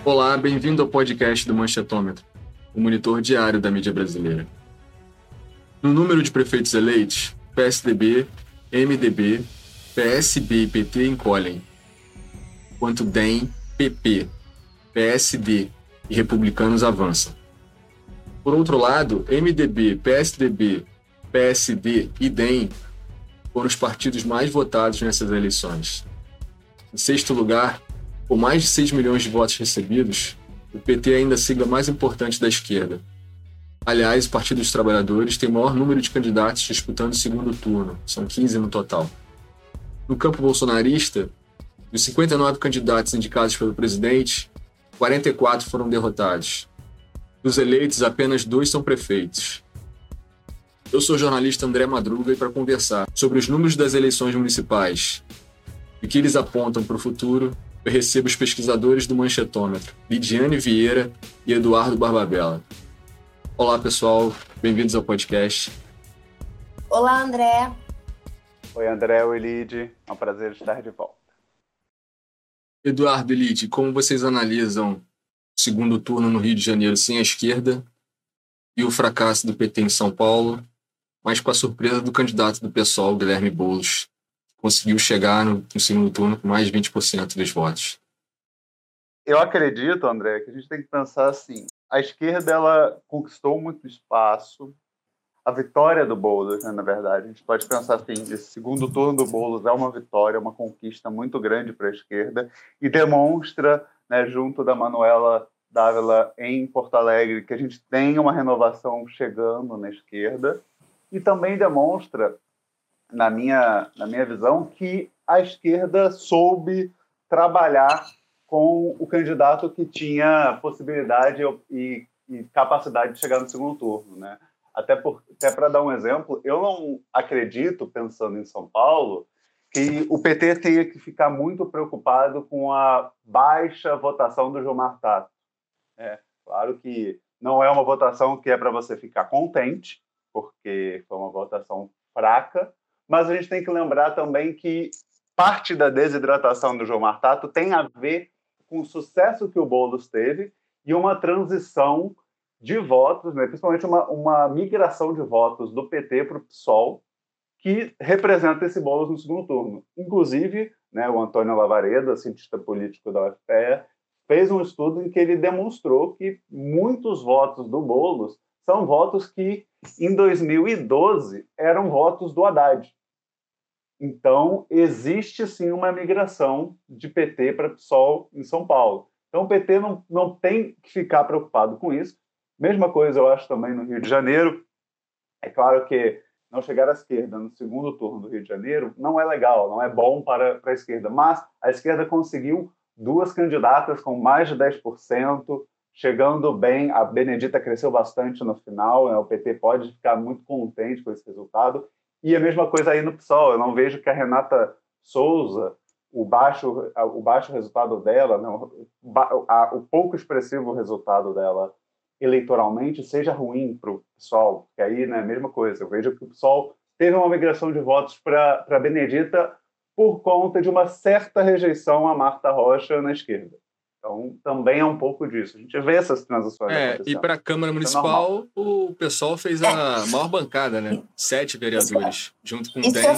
Olá, bem-vindo ao podcast do Manchetômetro, o monitor diário da mídia brasileira. No número de prefeitos eleitos, PSDB, MDB, PSB e PT encolhem, enquanto DEM, PP, PSD e republicanos avançam. Por outro lado, MDB, PSDB, PSD e DEM foram os partidos mais votados nessas eleições. Em sexto lugar, com mais de 6 milhões de votos recebidos, o PT é ainda a sigla mais importante da esquerda. Aliás, o Partido dos Trabalhadores tem o maior número de candidatos disputando o segundo turno, são 15 no total. No campo bolsonarista, dos 59 candidatos indicados pelo presidente, 44 foram derrotados. Dos eleitos, apenas 2 são prefeitos. Eu sou o jornalista André Madruga e para conversar sobre os números das eleições municipais e o que eles apontam para o futuro, eu recebo os pesquisadores do Manchetômetro, Lidiane Vieira e Eduardo Barbabella. Olá, pessoal. Bem-vindos ao podcast. Olá, André. Oi, André. Oi, Lid. É um prazer estar de volta. Eduardo e Lid, como vocês analisam o segundo turno no Rio de Janeiro sem a esquerda e o fracasso do PT em São Paulo, mas com a surpresa do candidato do PSOL, Guilherme Boulos, que conseguiu chegar no segundo turno com mais de 20% dos votos? Eu acredito, André, que a gente tem que pensar assim. A esquerda ela conquistou muito espaço. A vitória do Boulos, né, na verdade, a gente pode pensar assim, esse segundo turno do Boulos é uma vitória, uma conquista muito grande para a esquerda e demonstra, né, junto da Manuela Dávila em Porto Alegre, que a gente tem uma renovação chegando na esquerda e também demonstra, na minha visão, que a esquerda soube trabalhar com o candidato que tinha possibilidade e capacidade de chegar no segundo turno, né? Até para dar um exemplo, eu não acredito, pensando em São Paulo, que o PT tenha que ficar muito preocupado com a baixa votação do Gilmar Tato. Claro que não é uma votação que é para você ficar contente, porque foi uma votação fraca, mas a gente tem que lembrar também que parte da desidratação do Gilmar Tato tem a ver com o sucesso que o Boulos teve e uma transição de votos, né, principalmente uma migração de votos do PT para o PSOL, que representa esse Boulos no segundo turno. Inclusive, né, o Antônio Lavareda, cientista político da UFPE, fez um estudo em que ele demonstrou que muitos votos do Boulos são votos que, em 2012, eram votos do Haddad. Então, existe, sim, uma migração de PT para PSOL em São Paulo. Então, o PT não tem que ficar preocupado com isso. Mesma coisa, eu acho, também no Rio de Janeiro. É claro que não chegar à esquerda no segundo turno do Rio de Janeiro não é legal, não é bom para a esquerda. Mas a esquerda conseguiu 2 candidatas com mais de 10%, chegando bem. A Benedita cresceu bastante no final, né? O PT pode ficar muito contente com esse resultado. E a mesma coisa aí no PSOL. Eu não vejo que a Renata Souza, o baixo resultado dela, né, o pouco expressivo resultado dela eleitoralmente, seja ruim para o PSOL. Porque aí, né, a mesma coisa. Eu vejo que o PSOL teve uma migração de votos para a Benedita por conta de uma certa rejeição a Marta Rocha na esquerda. Então, também é um pouco disso. A gente vê essas transições acontecendo. E para a Câmara Municipal, o pessoal fez a maior bancada, né? 7 vereadores, junto com 10. Isso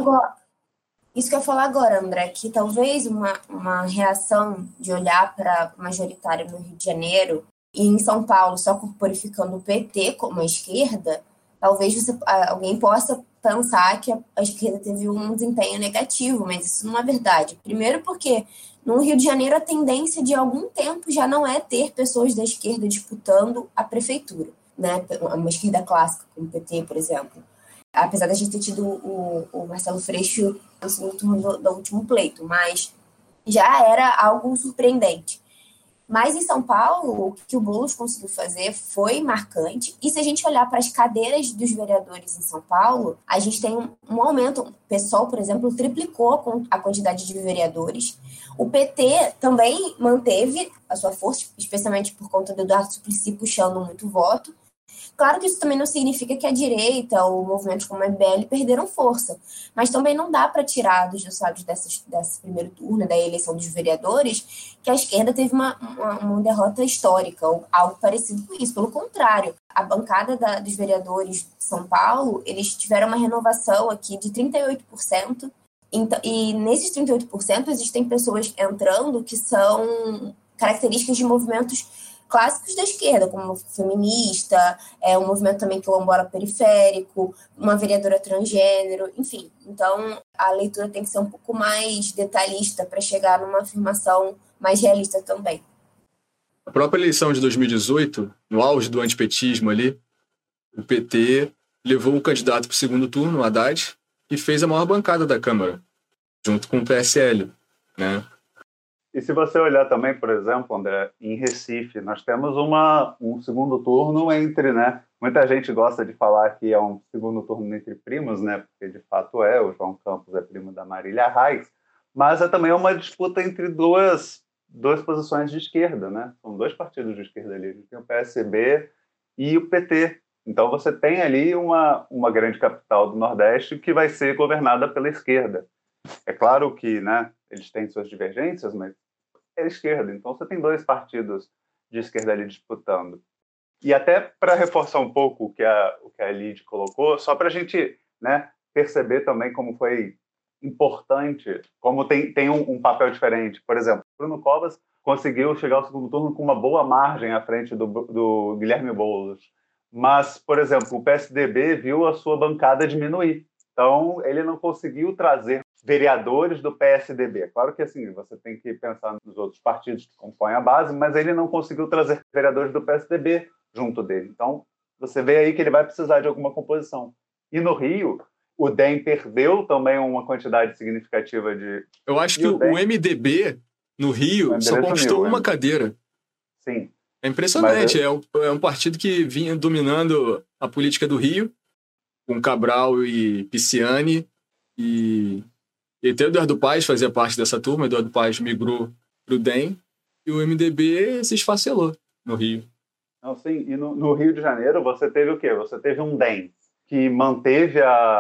que eu ia falar agora, André, que talvez uma reação de olhar para majoritário no Rio de Janeiro e em São Paulo só corporificando o PT como a esquerda, talvez alguém possa pensar que a esquerda teve um desempenho negativo, mas isso não é verdade. Primeiro porque no Rio de Janeiro a tendência de algum tempo já não é ter pessoas da esquerda disputando a prefeitura, né? Uma esquerda clássica, como o PT, por exemplo. Apesar da gente ter tido o Marcelo Freixo no segundo turno do último pleito, mas já era algo surpreendente. Mas em São Paulo, o que o Boulos conseguiu fazer foi marcante. E se a gente olhar para as cadeiras dos vereadores em São Paulo, a gente tem um aumento. O PSOL, por exemplo, triplicou a quantidade de vereadores. O PT também manteve a sua força, especialmente por conta do Eduardo Suplicy puxando muito voto. Claro que isso também não significa que a direita ou movimentos como o MBL perderam força, mas também não dá para tirar dos resultados desse primeiro turno, da eleição dos vereadores, que a esquerda teve uma derrota histórica, ou algo parecido com isso. Pelo contrário, a bancada dos vereadores de São Paulo, eles tiveram uma renovação aqui de 38%, e nesses 38% existem pessoas entrando que são características de movimentos clássicos da esquerda, como feminista, um movimento também quilombola periférico, uma vereadora transgênero, enfim. Então, a leitura tem que ser um pouco mais detalhista para chegar numa afirmação mais realista também. A própria eleição de 2018, no auge do antipetismo ali, o PT levou o candidato para o segundo turno, o Haddad, e fez a maior bancada da Câmara, junto com o PSL, né? E se você olhar também, por exemplo, André, em Recife, nós temos um segundo turno entre, né? Muita gente gosta de falar que é um segundo turno entre primos, né? Porque de fato o João Campos é primo da Marília Reis, mas é também uma disputa entre duas posições de esquerda, né? São dois partidos de esquerda ali, tem o PSB e o PT. Então você tem ali uma grande capital do Nordeste que vai ser governada pela esquerda. É claro que, né, eles têm suas divergências, mas é a esquerda. Então você tem dois partidos de esquerda ali disputando. E até para reforçar um pouco o que a Lid colocou, só para a gente, né, perceber também como foi importante, como tem um papel diferente. Por exemplo, Bruno Covas conseguiu chegar ao segundo turno com uma boa margem à frente do Guilherme Boulos. Mas, por exemplo, o PSDB viu a sua bancada diminuir. Então, ele não conseguiu trazer vereadores do PSDB. Claro que assim, você tem que pensar nos outros partidos que compõem a base, mas ele não conseguiu trazer vereadores do PSDB junto dele. Então, você vê aí que ele vai precisar de alguma composição. E no Rio, o DEM perdeu também uma quantidade significativa de... Eu acho que o MDB, no Rio, só conquistou uma cadeira. Sim. É impressionante. É um partido que vinha dominando a política do Rio, com Cabral e Pisciani, e até o Eduardo Paes fazia parte dessa turma. O Eduardo Paes migrou para o DEM e o MDB se esfacelou no Rio. Não, sim. E no Rio de Janeiro você teve o quê? Você teve um DEM que manteve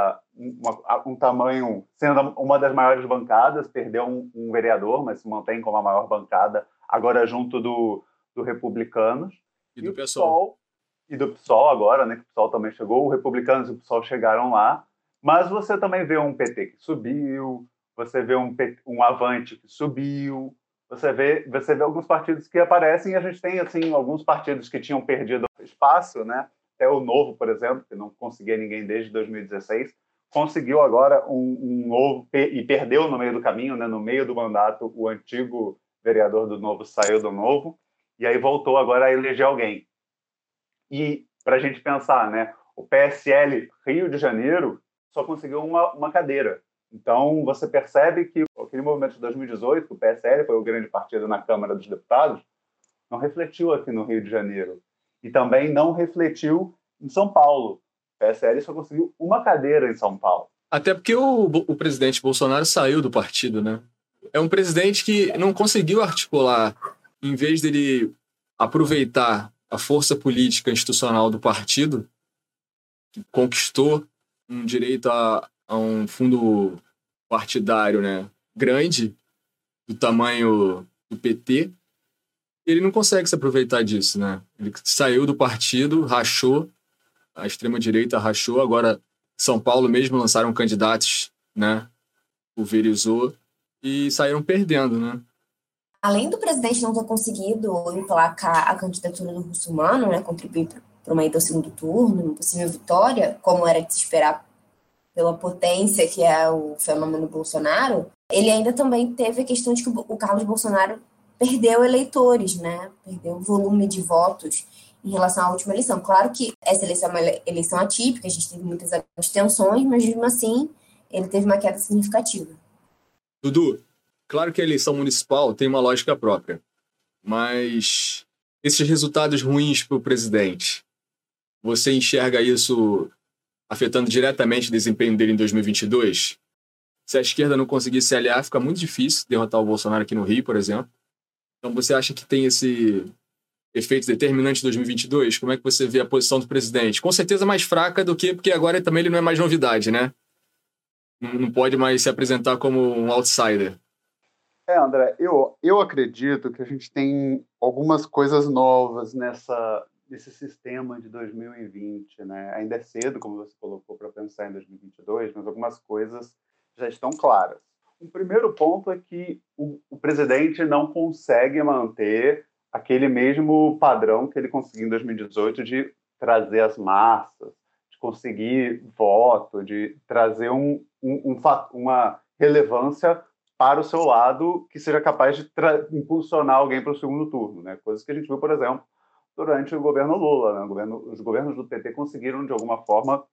um tamanho, sendo uma das maiores bancadas, perdeu um vereador, mas se mantém como a maior bancada, agora junto do Republicanos. E do PSOL. E do PSOL agora, né? Que o PSOL também chegou. O Republicanos e o PSOL chegaram lá. Mas você também vê um PT que subiu, você vê um Avante que subiu, você vê alguns partidos que aparecem, e a gente tem assim, alguns partidos que tinham perdido espaço, né? Até o Novo, por exemplo, que não conseguia ninguém desde 2016, conseguiu agora um novo, e perdeu no meio do caminho, né? No meio do mandato, o antigo vereador do Novo saiu do Novo, e aí voltou agora a eleger alguém. E para a gente pensar, né? O PSL Rio de Janeiro só conseguiu uma cadeira. Então, você percebe que aquele movimento de 2018, o PSL foi o grande partido na Câmara dos Deputados, não refletiu aqui no Rio de Janeiro. E também não refletiu em São Paulo. O PSL só conseguiu uma cadeira em São Paulo. Até porque o presidente Bolsonaro saiu do partido, né? É um presidente que não conseguiu articular, em vez dele aproveitar a força política institucional do partido, que conquistou um direito a um fundo partidário, né, grande, do tamanho do PT, ele não consegue se aproveitar disso, né? Ele saiu do partido, rachou, a extrema-direita rachou, agora São Paulo mesmo lançaram candidatos, né, pulverizou, e saíram perdendo, né? Além do presidente não ter conseguido emplacar a candidatura do Russomano, né, contribuir para uma ida ao segundo turno, uma possível vitória, como era de se esperar pela potência que é o fenômeno Bolsonaro, ele ainda também teve a questão de que o Carlos Bolsonaro perdeu eleitores, né? Perdeu volume de votos em relação à última eleição. Claro que essa eleição é uma eleição atípica, a gente teve muitas abstenções, mas mesmo assim ele teve uma queda significativa. Dudu, claro que a eleição municipal tem uma lógica própria, mas esses resultados ruins para o presidente, você enxerga isso afetando diretamente o desempenho dele em 2022? Se a esquerda não conseguir se aliar, fica muito difícil derrotar o Bolsonaro aqui no Rio, por exemplo. Então você acha que tem efeitos determinantes de 2022? Como é que você vê a posição do presidente? Com certeza mais fraca do que... Porque agora também ele não é mais novidade, né? Não pode mais se apresentar como um outsider. André, eu acredito que a gente tem algumas coisas novas nesse sistema de 2020, né? Ainda é cedo, como você colocou, para pensar em 2022, mas algumas coisas já estão claras. O primeiro ponto é que o presidente não consegue manter aquele mesmo padrão que ele conseguiu em 2018 de trazer as massas, de conseguir voto, de trazer uma relevância para o seu lado que seja capaz de impulsionar alguém para o segundo turno, né? Coisas que a gente viu, por exemplo, durante o governo Lula, né? Os governos do PT conseguiram, de alguma forma,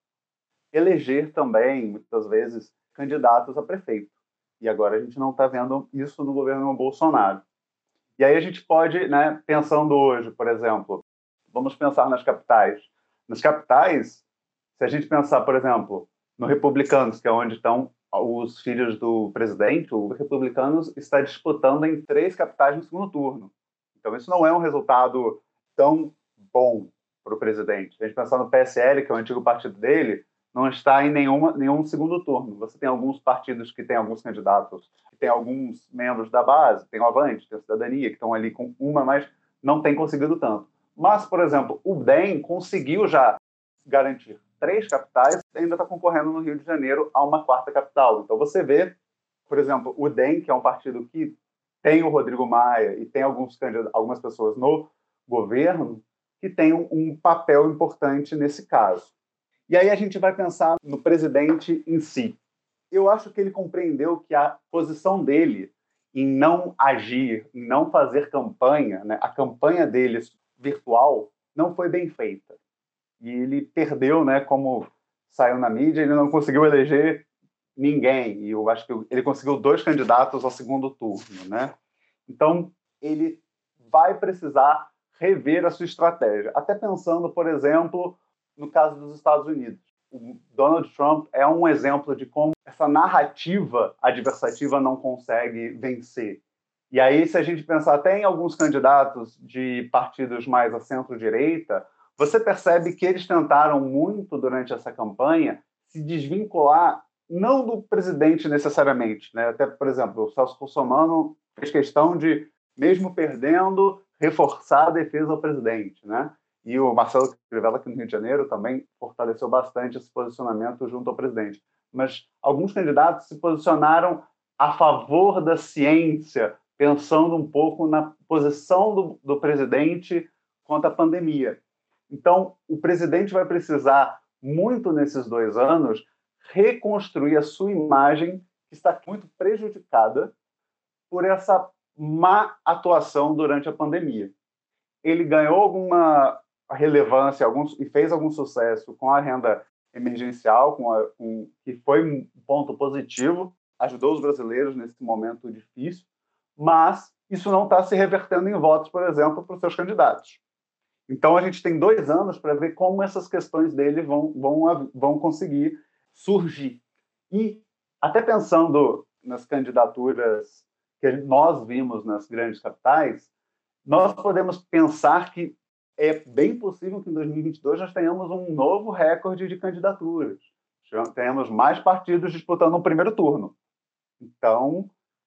eleger também, muitas vezes, candidatos a prefeito. E agora a gente não está vendo isso no governo Bolsonaro. E aí a gente pode, né, pensando hoje, por exemplo, vamos pensar nas capitais. Nas capitais, se a gente pensar, por exemplo, no Republicanos, que é onde estão os filhos do presidente, o Republicanos está disputando em 3 capitais no segundo turno. Então, isso não é um resultado tão bom para o presidente. Se a gente pensar no PSL, que é o antigo partido dele, não está em nenhum segundo turno. Você tem alguns partidos que têm alguns candidatos, que têm alguns membros da base, tem o Avante, tem a Cidadania, que estão ali com uma, mas não tem conseguido tanto. Mas, por exemplo, o DEM conseguiu já garantir 3 capitais e ainda está concorrendo no Rio de Janeiro a uma 4ª capital. Então você vê, por exemplo, o DEM, que é um partido que tem o Rodrigo Maia e tem algumas pessoas no governo que tem um papel importante nesse caso. E aí a gente vai pensar no presidente em si. Eu acho que ele compreendeu que a posição dele em não agir, em não fazer campanha, né, a campanha dele virtual não foi bem feita. E ele perdeu, né, como saiu na mídia, ele não conseguiu eleger ninguém. E eu acho que ele conseguiu 2 candidatos ao segundo turno, né? Então, ele vai precisar rever a sua estratégia. Até pensando, por exemplo, no caso dos Estados Unidos. O Donald Trump é um exemplo de como essa narrativa adversativa não consegue vencer. E aí, se a gente pensar até em alguns candidatos de partidos mais à centro-direita, você percebe que eles tentaram muito durante essa campanha se desvincular, não do presidente necessariamente, né? Até, por exemplo, o Celso Russomano fez questão de, mesmo perdendo, reforçar a defesa ao presidente, né? E o Marcelo Crivella, aqui no Rio de Janeiro, também fortaleceu bastante esse posicionamento junto ao presidente. Mas alguns candidatos se posicionaram a favor da ciência, pensando um pouco na posição do presidente contra a pandemia. Então, o presidente vai precisar, muito nesses 2 anos, reconstruir a sua imagem, que está muito prejudicada por essa má atuação durante a pandemia. Ele ganhou alguma relevância e fez algum sucesso com a renda emergencial, que foi um ponto positivo, ajudou os brasileiros nesse momento difícil, mas isso não está se revertendo em votos, por exemplo, para os seus candidatos. Então, a gente tem 2 anos para ver como essas questões dele vão conseguir surgir. E, até pensando nas candidaturas que nós vimos nas grandes capitais, nós podemos pensar que é bem possível que em 2022 nós tenhamos um novo recorde de candidaturas. Tenhamos mais partidos disputando um primeiro turno. Então,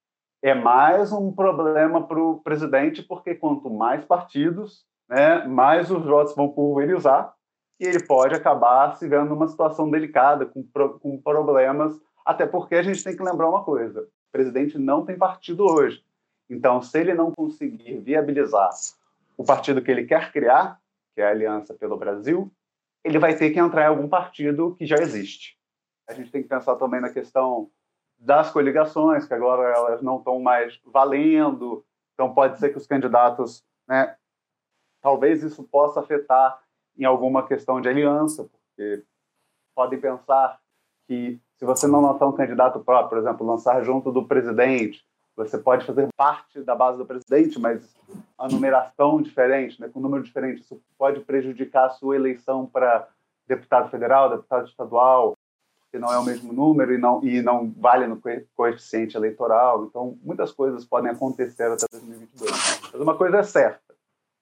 é mais um problema para o presidente, porque quanto mais partidos, né, mais os votos vão pulverizar e ele pode acabar se vendo numa situação delicada, com problemas, até porque a gente tem que lembrar uma coisa, o presidente não tem partido hoje. Então, se ele não conseguir viabilizar o partido que ele quer criar, que é a Aliança pelo Brasil, ele vai ter que entrar em algum partido que já existe. A gente tem que pensar também na questão das coligações, que agora elas não estão mais valendo, então pode ser que os candidatos, né, talvez isso possa afetar em alguma questão de aliança, porque podem pensar que se você não lançar um candidato próprio, por exemplo, lançar junto do presidente, você pode fazer parte da base do presidente, mas a numeração diferente, né, com um número diferente, isso pode prejudicar a sua eleição para deputado federal, deputado estadual, porque não é o mesmo número e não vale no coeficiente eleitoral. Então, muitas coisas podem acontecer até 2022. Mas uma coisa é certa,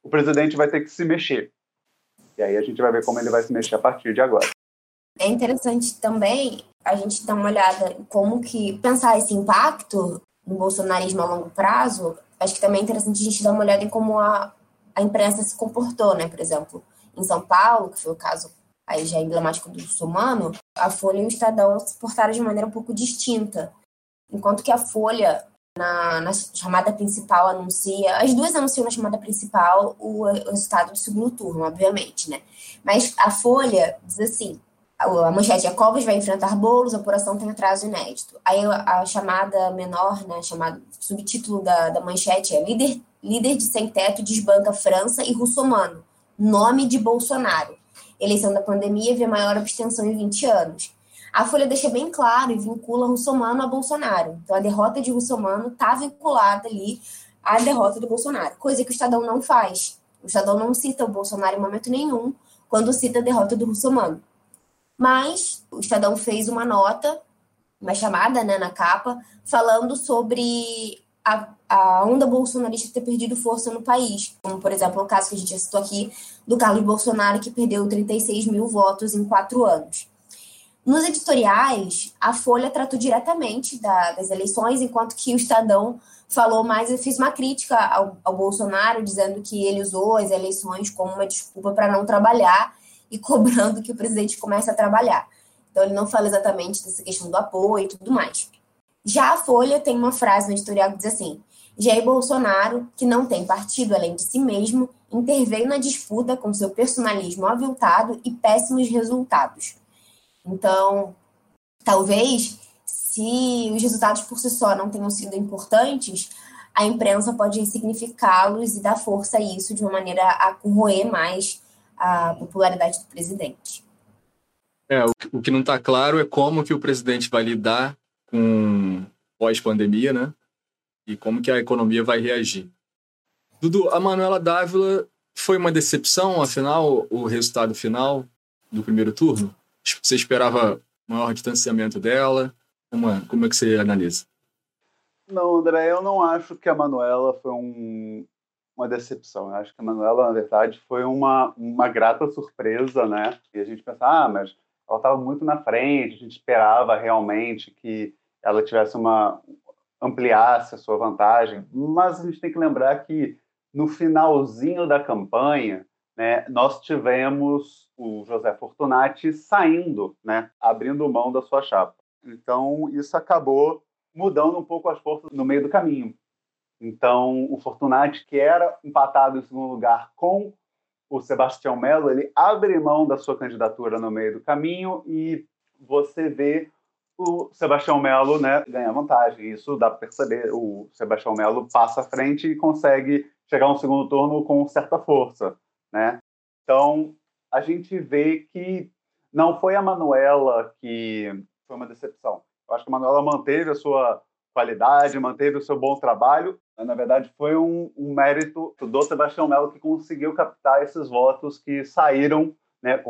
o presidente vai ter que se mexer. E aí a gente vai ver como ele vai se mexer a partir de agora. É interessante também a gente dar uma olhada em como que pensar esse impacto no bolsonarismo a longo prazo. Acho que também é interessante a gente dar uma olhada em como a imprensa se comportou, né? Por exemplo, em São Paulo, que foi o caso aí já emblemático do Russomano, a Folha e o Estadão se portaram de maneira um pouco distinta. Enquanto que a Folha, na chamada principal, anuncia... As duas anunciam na chamada principal o resultado do segundo turno, obviamente, né? Mas a Folha diz assim, a manchete é: Covas vai enfrentar Boulos, a apuração tem atraso inédito. Aí a chamada menor, né, chamado subtítulo da manchete é: líder de sem-teto desbanca França e Russomano. Nome de Bolsonaro. Eleição da pandemia vê maior abstenção em 20 anos. A Folha deixa bem claro e vincula Russomano a Bolsonaro. Então, a derrota de Russomano está vinculada ali à derrota do Bolsonaro, coisa que o Estadão não faz. O Estadão não cita o Bolsonaro em momento nenhum quando cita a derrota do Russomano. Mas o Estadão fez uma nota, uma chamada, né, na capa, falando sobre a onda bolsonarista ter perdido força no país. Como, por exemplo, o caso que a gente já citou aqui do Carlos Bolsonaro, que perdeu 36 mil votos em 4 anos. Nos editoriais, a Folha tratou diretamente das eleições, enquanto que o Estadão falou mais e fez uma crítica ao Bolsonaro, dizendo que ele usou as eleições como uma desculpa para não trabalhar e cobrando que o presidente comece a trabalhar. Então, ele não fala exatamente dessa questão do apoio e tudo mais. Já a Folha tem uma frase no editorial que diz assim: Jair Bolsonaro, que não tem partido além de si mesmo, interveio na disputa com seu personalismo aviltado e péssimos resultados. Então, talvez, se os resultados por si só não tenham sido importantes, a imprensa pode ressignificá-los e dar força a isso de uma maneira a corroer mais a popularidade do presidente. O que não está claro é como que o presidente vai lidar com pós-pandemia, né? E como que a economia vai reagir. Dudu, a Manuela Dávila foi uma decepção, afinal, o resultado final do primeiro turno? Você esperava maior distanciamento dela? Como é que você analisa? Não, André, eu não acho que a Manuela foi uma decepção. Eu acho que a Manuela, na verdade, foi uma grata surpresa, né? E a gente pensa, mas ela estava muito na frente, a gente esperava realmente que ela tivesse ampliasse a sua vantagem, mas a gente tem que lembrar que no finalzinho da campanha, né, nós tivemos o José Fortunati saindo, né, abrindo mão da sua chapa. Então, isso acabou mudando um pouco as forças no meio do caminho. Então, o Fortunati, que era empatado em segundo lugar com o Sebastião Melo, ele abre mão da sua candidatura no meio do caminho e você vê o Sebastião Melo, né, ganhar vantagem. Isso dá para perceber. O Sebastião Melo passa à frente e consegue chegar a um segundo turno com certa força, né? Então, a gente vê que não foi a Manuela que foi uma decepção. Eu acho que a Manuela manteve a sua qualidade, manteve o seu bom trabalho. Na verdade, foi um mérito do Sebastião Melo, que conseguiu captar esses votos que saíram, né,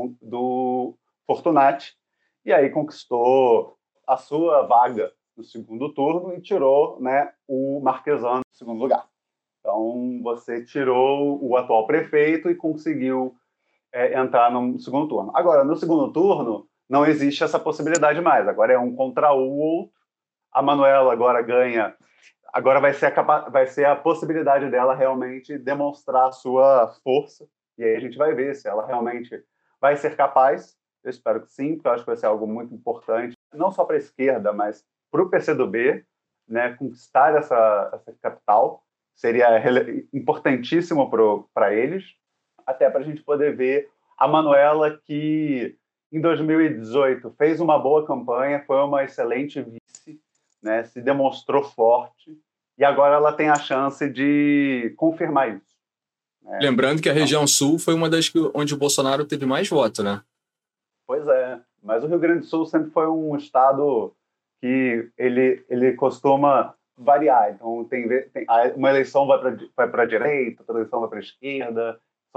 do Fortunati, e aí conquistou a sua vaga no segundo turno e tirou, né, o Marquesan no segundo lugar. Então, você tirou o atual prefeito e conseguiu entrar no segundo turno. Agora, no segundo turno, não existe essa possibilidade mais. Agora é um contra o outro. A Manuela agora ganha. Agora vai ser a possibilidade dela realmente demonstrar a sua força. E aí a gente vai ver se ela realmente vai ser capaz. Eu espero que sim, porque eu acho que vai ser algo muito importante, não só para a esquerda, mas para o PCdoB, né, conquistar essa capital. Seria importantíssimo para eles, até para a gente poder ver a Manuela, que em 2018 fez uma boa campanha, foi uma excelente vice, né, se demonstrou forte, e agora ela tem a chance de confirmar isso. Né? Lembrando que a região sul foi uma das onde o Bolsonaro teve mais votos, né? Pois é, mas o Rio Grande do Sul sempre foi um estado que ele costuma variar. Então, uma eleição vai para a direita, outra eleição vai para a esquerda.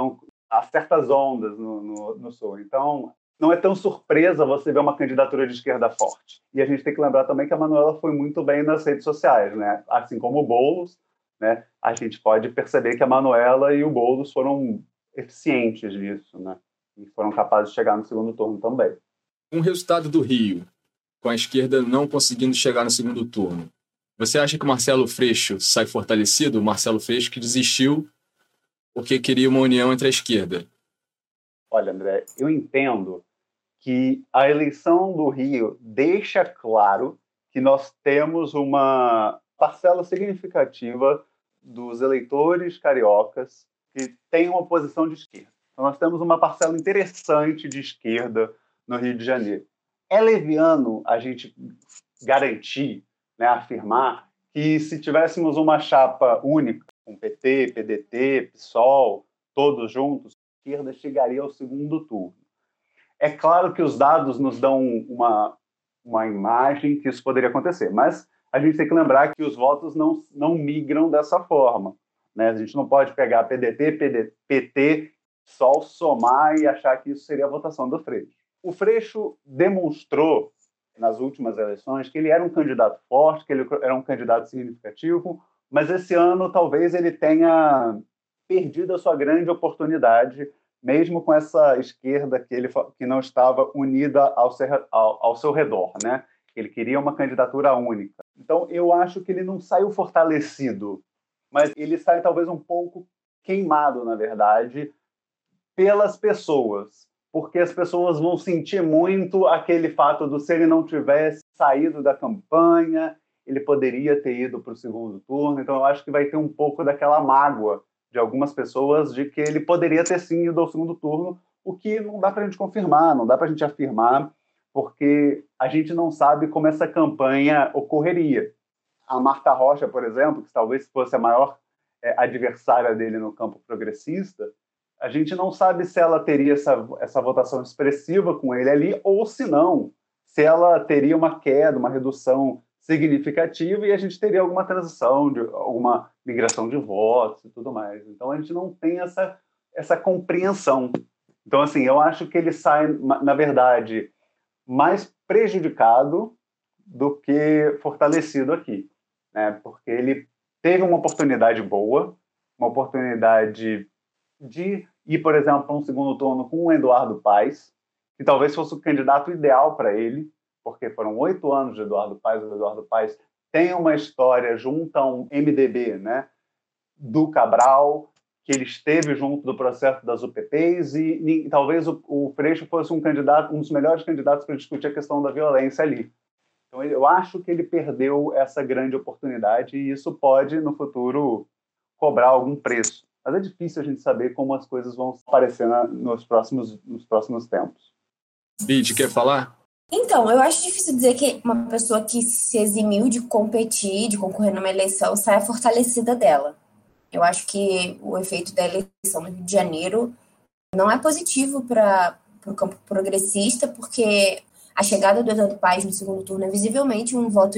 Há certas ondas no Sul. Então, não é tão surpresa você ver uma candidatura de esquerda forte. E a gente tem que lembrar também que a Manuela foi muito bem nas redes sociais, né? Assim como o Boulos, né, a gente pode perceber que a Manuela e o Boulos foram eficientes nisso, né, e foram capazes de chegar no segundo turno também. Com o resultado do Rio, com a esquerda não conseguindo chegar no segundo turno, você acha que o Marcelo Freixo sai fortalecido? O Marcelo Freixo que desistiu porque queria uma união entre a esquerda. Olha, André, eu entendo que a eleição do Rio deixa claro que nós temos uma parcela significativa dos eleitores cariocas que tem uma posição de esquerda. Então, nós temos uma parcela interessante de esquerda no Rio de Janeiro. É leviano a gente garantir, né, afirmar que se tivéssemos uma chapa única, com PT, PDT, PSOL, todos juntos, a esquerda chegaria ao segundo turno. É claro que os dados nos dão uma imagem que isso poderia acontecer, mas a gente tem que lembrar que os votos não migram dessa forma, né? A gente não pode pegar PDT, PT, PSOL, somar e achar que isso seria a votação do Freixo. O Freixo demonstrou, nas últimas eleições, que ele era um candidato forte, que ele era um candidato significativo, mas esse ano talvez ele tenha perdido a sua grande oportunidade, mesmo com essa esquerda que não estava unida ao seu redor, né? Ele queria uma candidatura única. Então, eu acho que ele não saiu fortalecido, mas ele sai talvez um pouco queimado, na verdade, pelas pessoas, porque as pessoas vão sentir muito aquele fato do se ele não tivesse saído da campanha, ele poderia ter ido para o segundo turno. Então, eu acho que vai ter um pouco daquela mágoa de algumas pessoas de que ele poderia ter sim ido ao segundo turno, o que não dá para a gente confirmar, não dá para a gente afirmar, porque a gente não sabe como essa campanha ocorreria. A Marta Rocha, por exemplo, que talvez fosse a maior adversária dele no campo progressista, a gente não sabe se ela teria essa votação expressiva com ele ali, ou se não, se ela teria uma queda, uma redução significativa, e a gente teria alguma transição, alguma migração de votos e tudo mais. Então, a gente não tem essa compreensão. Então, assim, eu acho que ele sai, na verdade, mais prejudicado do que fortalecido aqui, né? Porque ele teve uma oportunidade boa, uma oportunidade de ir, por exemplo, para um segundo turno com o Eduardo Paes, que talvez fosse o candidato ideal para ele, porque foram 8 anos de Eduardo Paes. O Eduardo Paes tem uma história junto a um MDB, né, do Cabral, que ele esteve junto do processo das UPPs, e talvez o Freixo fosse um dos melhores candidatos para discutir a questão da violência ali. Então, eu acho que ele perdeu essa grande oportunidade, e isso pode, no futuro, cobrar algum preço. Mas é difícil a gente saber como as coisas vão aparecer nos próximos tempos. Bid, quer falar? Então, eu acho difícil dizer que uma pessoa que se eximiu de competir, de concorrer numa eleição, saia fortalecida dela. Eu acho que o efeito da eleição no Rio de Janeiro não é positivo para o campo progressista, porque a chegada do Eduardo Paes no segundo turno é visivelmente um voto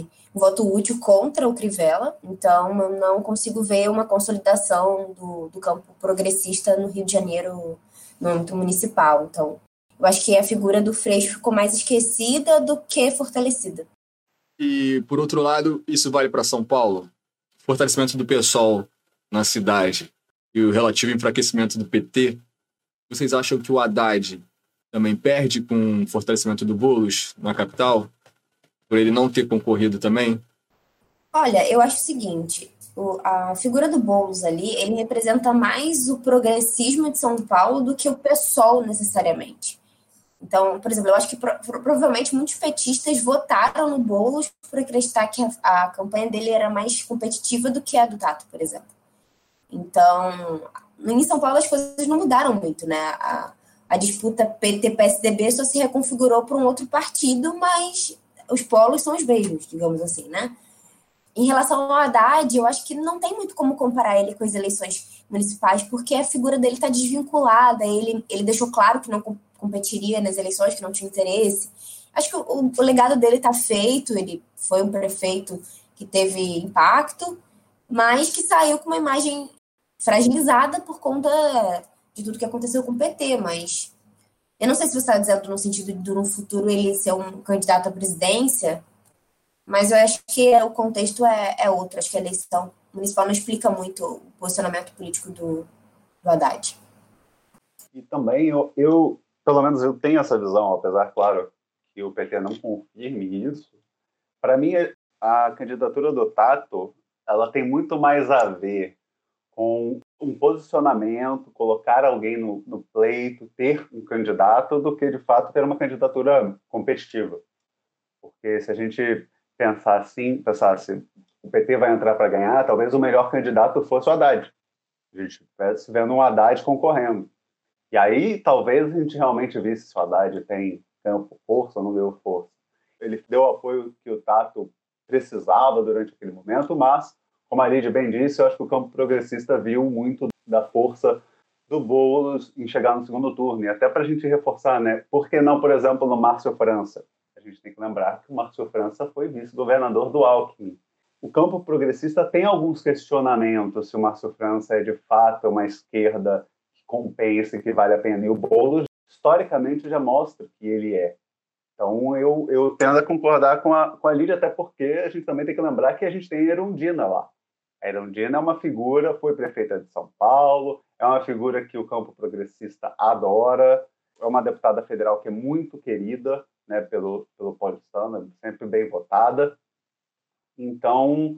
útil contra o Crivella. Então, eu não consigo ver uma consolidação do campo progressista no Rio de Janeiro no âmbito municipal. Então, eu acho que a figura do Freixo ficou mais esquecida do que fortalecida. E, por outro lado, isso vale para São Paulo? Fortalecimento do PSOL na cidade e o relativo enfraquecimento do PT. Vocês acham que o Haddad também perde com o fortalecimento do Boulos na capital? Por ele não ter concorrido também? Olha, eu acho o seguinte, a figura do Boulos ali, ele representa mais o progressismo de São Paulo do que o PSOL necessariamente. Então, por exemplo, eu acho que provavelmente muitos petistas votaram no Boulos por acreditar que a campanha dele era mais competitiva do que a do Tato, por exemplo. Então, em São Paulo as coisas não mudaram muito, né? A disputa PT-PSDB só se reconfigurou para um outro partido, mas os polos são os mesmos, digamos assim, né? Em relação ao Haddad, eu acho que não tem muito como comparar ele com as eleições municipais, porque a figura dele está desvinculada, ele deixou claro que não competiria nas eleições, que não tinha interesse. Acho que o legado dele está feito, ele foi um prefeito que teve impacto, mas que saiu com uma imagem fragilizada por conta de tudo que aconteceu com o PT, mas eu não sei se você está dizendo no sentido de no futuro ele ser um candidato à presidência, mas eu acho que o contexto é outro, acho que a eleição municipal não explica muito o posicionamento político do Haddad. E também pelo menos eu tenho essa visão, apesar, claro, que o PT não confirme isso. Para mim, a candidatura do Tato, ela tem muito mais a ver com um posicionamento, colocar alguém no pleito, ter um candidato, do que, de fato, ter uma candidatura competitiva. Porque se a gente pensasse o PT vai entrar para ganhar, talvez o melhor candidato fosse o Haddad. A gente estivesse vendo um Haddad concorrendo. E aí, talvez a gente realmente visse se o Haddad tem campo, força ou não deu força. Ele deu o apoio que o Tato precisava durante aquele momento, mas, como a Lídia bem disse, eu acho que o campo progressista viu muito da força do Boulos em chegar no segundo turno. E até para a gente reforçar, né? Por que não, por exemplo, no Márcio França? A gente tem que lembrar que o Márcio França foi vice-governador do Alckmin. O campo progressista tem alguns questionamentos se o Márcio França é de fato uma esquerda que compensa e que vale a pena. E o Boulos, historicamente, já mostra que ele é. Então, eu tendo a concordar com a Lídia, até porque a gente também tem que lembrar que a gente tem a Erundina lá. A Erundina é uma figura, foi prefeita de São Paulo, é uma figura que o campo progressista adora, é uma deputada federal que é muito querida, né, pelo paulistano, sempre bem votada. Então,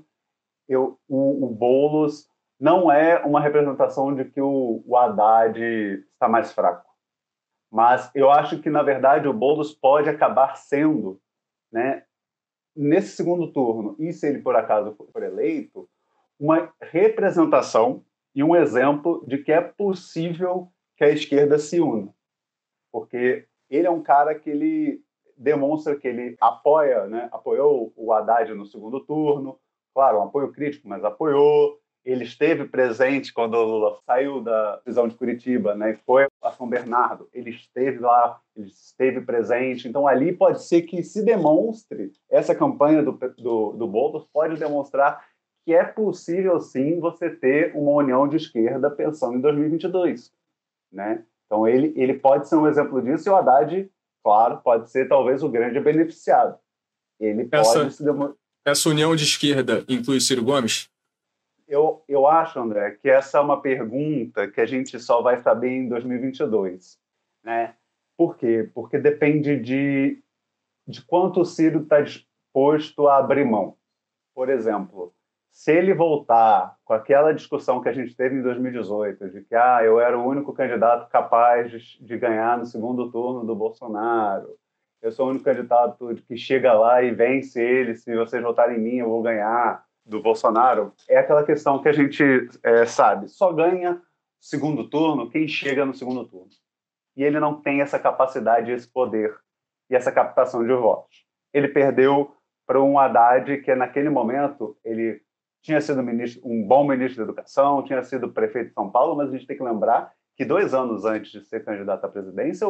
o Boulos não é uma representação de que o Haddad está mais fraco. Mas eu acho que, na verdade, o Boulos pode acabar sendo, né, nesse segundo turno, e se ele, por acaso, for eleito, uma representação e um exemplo de que é possível que a esquerda se una. Porque ele é um cara que ele demonstra que ele apoia, né, apoiou o Haddad no segundo turno, claro, um apoio crítico, mas apoiou. Ele esteve presente quando o Lula saiu da prisão de Curitiba, né, e foi a São Bernardo. Ele esteve lá, ele esteve presente. Então, ali pode ser que se demonstre, essa campanha do Boulos pode demonstrar que é possível, sim, você ter uma união de esquerda pensando em 2022. Né? Então, ele pode ser um exemplo disso, e o Haddad, claro, pode ser talvez o grande beneficiado. Ele pode essa união de esquerda inclui Ciro Gomes? Eu acho, André, que essa é uma pergunta que a gente só vai saber em 2022. Né? Por quê? Porque depende de quanto o Ciro está disposto a abrir mão. Por exemplo, se ele voltar com aquela discussão que a gente teve em 2018, de que eu era o único candidato capaz de ganhar no segundo turno do Bolsonaro, eu sou o único candidato que chega lá e vence ele, se vocês votarem em mim eu vou ganhar, do Bolsonaro, é aquela questão que a gente sabe, só ganha segundo turno quem chega no segundo turno. E ele não tem essa capacidade, esse poder e essa captação de votos. Ele perdeu para um Haddad que, naquele momento, ele tinha sido um bom ministro da Educação, tinha sido prefeito de São Paulo, mas a gente tem que lembrar que 2 anos antes de ser candidato à presidência,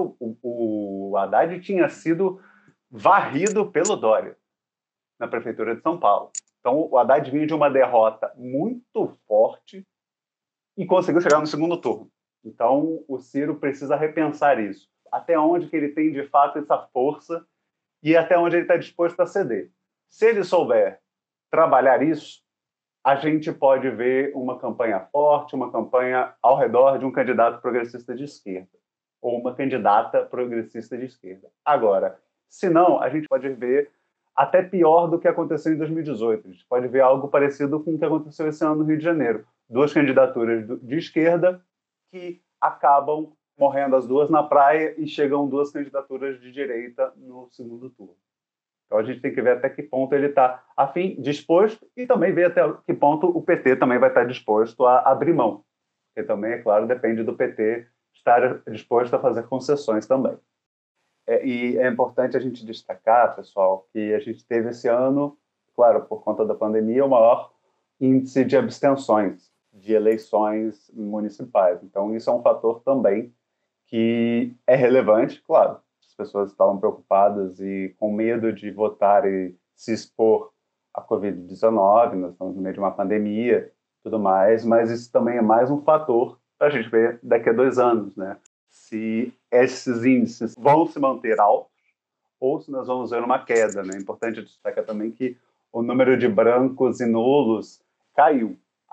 o Haddad tinha sido varrido pelo Dória na prefeitura de São Paulo. Então, o Haddad vinha de uma derrota muito forte e conseguiu chegar no segundo turno. Então, o Ciro precisa repensar isso. Até onde que ele tem, de fato, essa força e até onde ele está disposto a ceder. Se ele souber trabalhar isso, a gente pode ver uma campanha forte, uma campanha ao redor de um candidato progressista de esquerda ou uma candidata progressista de esquerda. Agora, se não, a gente pode ver até pior do que aconteceu em 2018. A gente pode ver algo parecido com o que aconteceu esse ano no Rio de Janeiro. 2 candidaturas de esquerda que acabam morrendo as duas na praia e chegam 2 candidaturas de direita no segundo turno. Então a gente tem que ver até que ponto ele está disposto e também ver até que ponto o PT também vai estar disposto a abrir mão. Porque também, é claro, depende do PT estar disposto a fazer concessões também. E é importante a gente destacar, pessoal, que a gente teve esse ano, claro, por conta da pandemia, o maior índice de abstenções de eleições municipais. Então, isso é um fator também que é relevante, claro. As pessoas estavam preocupadas e com medo de votar e se expor à Covid-19, nós estamos no meio de uma pandemia e tudo mais, mas isso também é mais um fator para a gente ver daqui a 2 anos, né? Se esses índices vão se manter altos ou se nós vamos ver uma queda, né? É importante destacar também que o número de brancos e nulos caiu.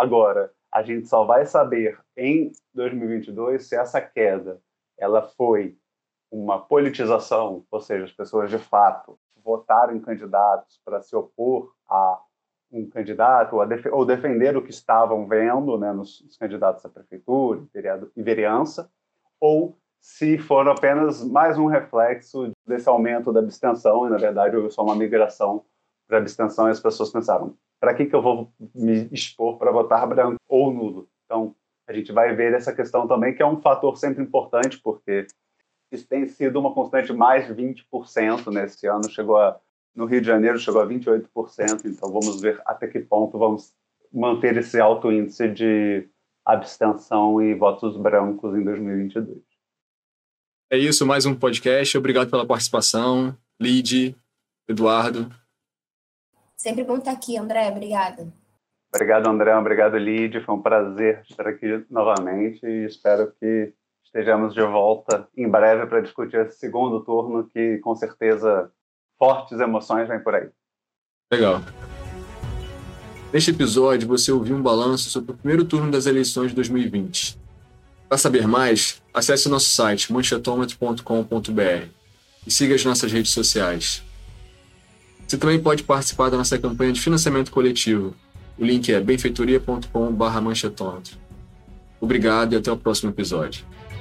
Agora, a gente só vai saber em 2022 se essa queda ela foi uma politização, ou seja, as pessoas de fato votaram em candidatos para se opor a um candidato ou defender o que estavam vendo, né, nos candidatos à prefeitura e vereança, ou se for apenas mais um reflexo desse aumento da abstenção, e na verdade houve só uma migração para a abstenção e as pessoas pensaram, para que eu vou me expor para votar branco ou nulo? Então, a gente vai ver essa questão também, que é um fator sempre importante, porque isso tem sido uma constante mais de 20% nesse ano, no Rio de Janeiro chegou a 28%, então vamos ver até que ponto vamos manter esse alto índice de abstenção e votos brancos em 2022. É isso, mais um podcast. Obrigado pela participação. Lid, Eduardo. Sempre bom estar aqui, André. Obrigada. Obrigado, André. Obrigado, Lid. Foi um prazer estar aqui novamente e espero que estejamos de volta em breve para discutir esse segundo turno, que com certeza fortes emoções vêm por aí. Legal. Neste episódio, você ouviu um balanço sobre o primeiro turno das eleições de 2020. Para saber mais, acesse o nosso site manchetometro.com.br e siga as nossas redes sociais. Você também pode participar da nossa campanha de financiamento coletivo. O link é benfeitoria.com/manchetômetro. Obrigado e até o próximo episódio.